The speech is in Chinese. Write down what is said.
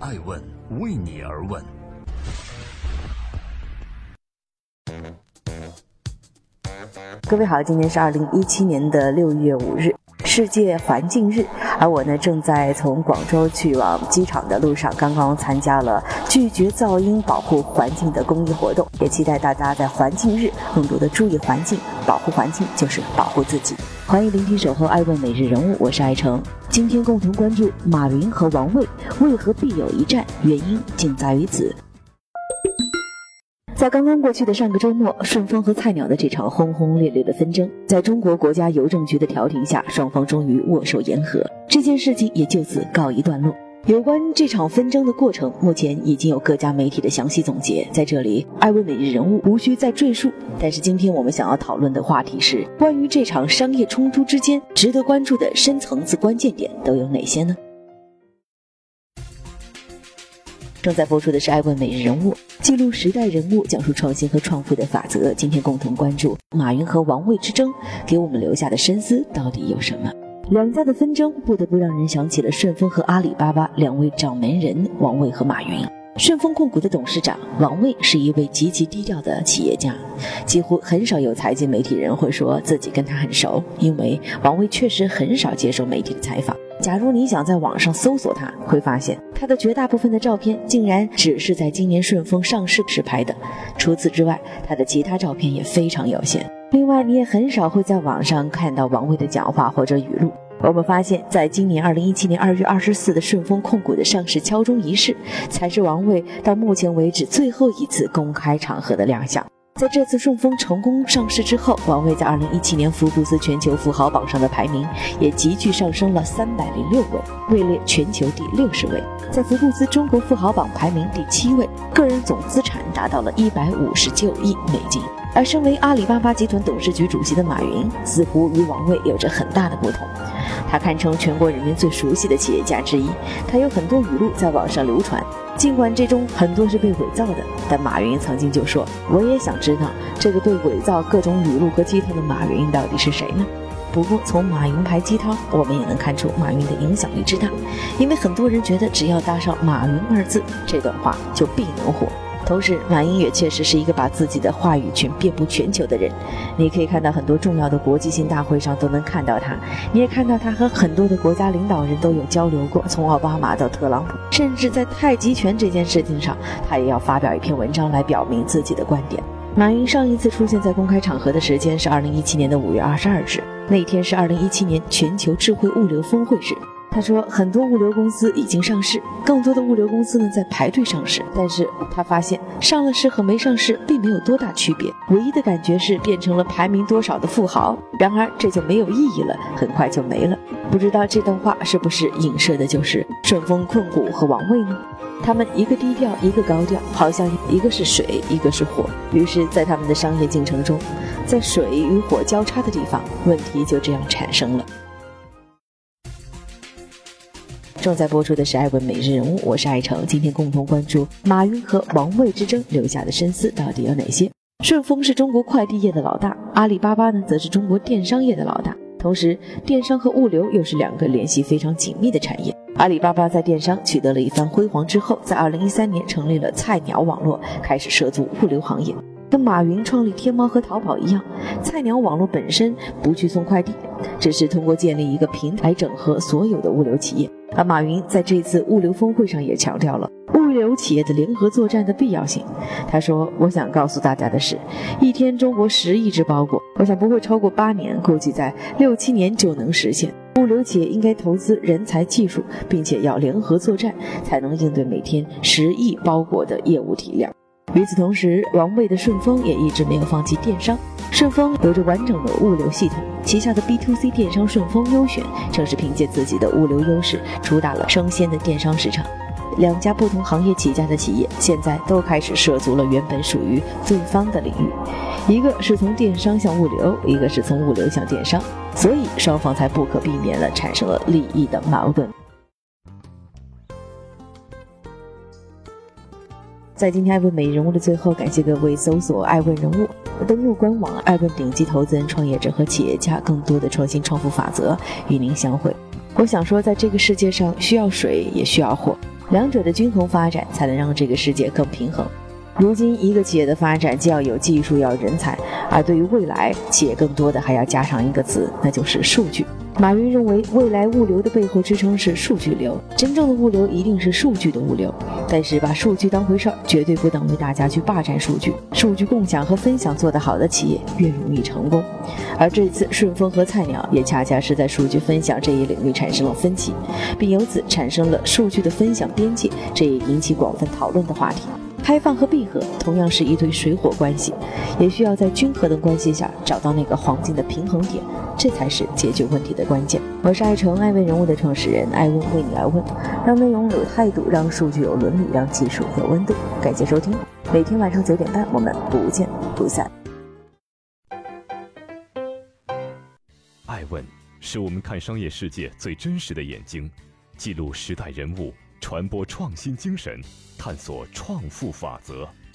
爱问为你而问。 各位好，今天是2017年的6月5日，世界环境日，而我呢正在从广州去往机场的路上，刚刚参加了拒绝噪音保护环境的公益活动，也期待大家在环境日更多的注意环境，保护环境就是保护自己。欢迎聆听守候爱问每日人物，我是爱成。今天共同关注马云和王卫为何必有一战，原因竟在于此。在刚刚过去的上个周末，顺丰和菜鸟的这场轰轰烈烈的纷争，在中国国家邮政局的调停下，双方终于握手言和，这件事情也就此告一段落。有关这场纷争的过程，目前已经有各家媒体的详细总结，在这里爱问每日人物无需再赘述。但是今天我们想要讨论的话题是，关于这场商业冲突之间值得关注的深层次关键点都有哪些呢？正在播出的是爱问每日人物，记录时代人物，讲述创新和创富的法则。今天共同关注马云和王卫之争给我们留下的深思到底有什么。两家的纷争不得不让人想起了顺丰和阿里巴巴两位掌门人王卫和马云。顺丰控股的董事长王卫是一位极其低调的企业家，几乎很少有财经媒体人会说自己跟他很熟，因为王卫确实很少接受媒体的采访。假如你想在网上搜索他，会发现他的绝大部分的照片竟然只是在今年顺丰上市时拍的，除此之外他的其他照片也非常有限。另外你也很少会在网上看到王卫的讲话或者语录。我们发现在今年2017年2月24的顺丰控股的上市敲钟仪式，才是王卫到目前为止最后一次公开场合的亮相。在这次顺丰成功上市之后，王卫在2017年福布斯全球富豪榜上的排名也急剧上升了306位，位列全球第60位，在福布斯中国富豪榜排名第7位，个人总资产达到了159亿美金。而身为阿里巴巴集团董事局主席的马云，似乎与王卫有着很大的不同。他堪称全国人民最熟悉的企业家之一，他有很多语录在网上流传，尽管这中很多是被伪造的，但马云曾经就说，我也想知道这个被伪造各种语录和鸡汤的马云到底是谁呢？不过从马云牌鸡汤我们也能看出马云的影响力之大，因为很多人觉得只要搭上马云二字，这段话就必能火。同时马云也确实是一个把自己的话语权遍布全球的人，你可以看到很多重要的国际性大会上都能看到他，你也看到他和很多的国家领导人都有交流过，从奥巴马到特朗普，甚至在太极拳这件事情上，他也要发表一篇文章来表明自己的观点。马云上一次出现在公开场合的时间是2017年的5月22日，那一天是2017年全球智慧物流峰会日。他说很多物流公司已经上市，更多的物流公司呢在排队上市，但是他发现上了市和没上市并没有多大区别，唯一的感觉是变成了排名多少的富豪，然而这就没有意义了，很快就没了。不知道这段话是不是影射的就是顺丰控股和王卫呢？他们一个低调一个高调，好像一个是水一个是火，于是在他们的商业进程中，在水与火交叉的地方，问题就这样产生了。正在播出的是爱问每日人物，我是爱成。今天共同关注马云和王卫之争留下的深思到底有哪些。顺丰是中国快递业的老大，阿里巴巴呢则是中国电商业的老大，同时电商和物流又是两个联系非常紧密的产业。阿里巴巴在电商取得了一番辉煌之后，在2013年成立了菜鸟网络，开始涉足物流行业。跟马云创立天猫和淘宝一样，菜鸟网络本身不去送快递，只是通过建立一个平台整合所有的物流企业。而马云在这次物流峰会上也强调了物流企业的联合作战的必要性。他说，我想告诉大家的是，一天中国10亿只包裹，我想不会超过8年，估计在6-7年就能实现。物流企业应该投资人才技术，并且要联合作战，才能应对每天10亿包裹的业务体量。与此同时，王卫的顺丰也一直没有放弃电商。顺丰有着完整的物流系统，旗下的 B2C 电商顺丰优选正是凭借自己的物流优势主打了生鲜的电商市场。两家不同行业起家的企业现在都开始涉足了原本属于对方的领域，一个是从电商向物流，一个是从物流向电商，所以双方才不可避免地产生了利益的矛盾。在今天爱问每日人物的最后，感谢各位搜索爱问人物，登录官网，爱问顶级投资人、创业者和企业家更多的创新创富法则与您相会。我想说，在这个世界上需要水也需要火， 两者的均衡发展才能让这个世界更平衡。如今一个企业的发展既要有技术，要有人才，而对于未来，企业更多的还要加上一个词，那就是数据。马云认为，未来物流的背后支撑是数据流，真正的物流一定是数据的物流。但是把数据当回事儿，绝对不等于大家去霸占数据。数据共享和分享做得好的企业越容易成功。而这次顺丰和菜鸟也恰恰是在数据分享这一领域产生了分歧，并由此产生了数据的分享边界，这也引起广泛讨论的话题。开放和闭合同样是一对水火关系，也需要在均衡的关系下找到那个黄金的平衡点，这才是解决问题的关键。我是爱成爱问人物的创始人，爱问为你而问，让内容有态度，让数据有伦理，让技术有温度。感谢收听，每天晚上9点半，我们不见不散。 爱问是我们看商业世界最真实的眼睛，记录时代人物，传播创新精神，探索创富法则。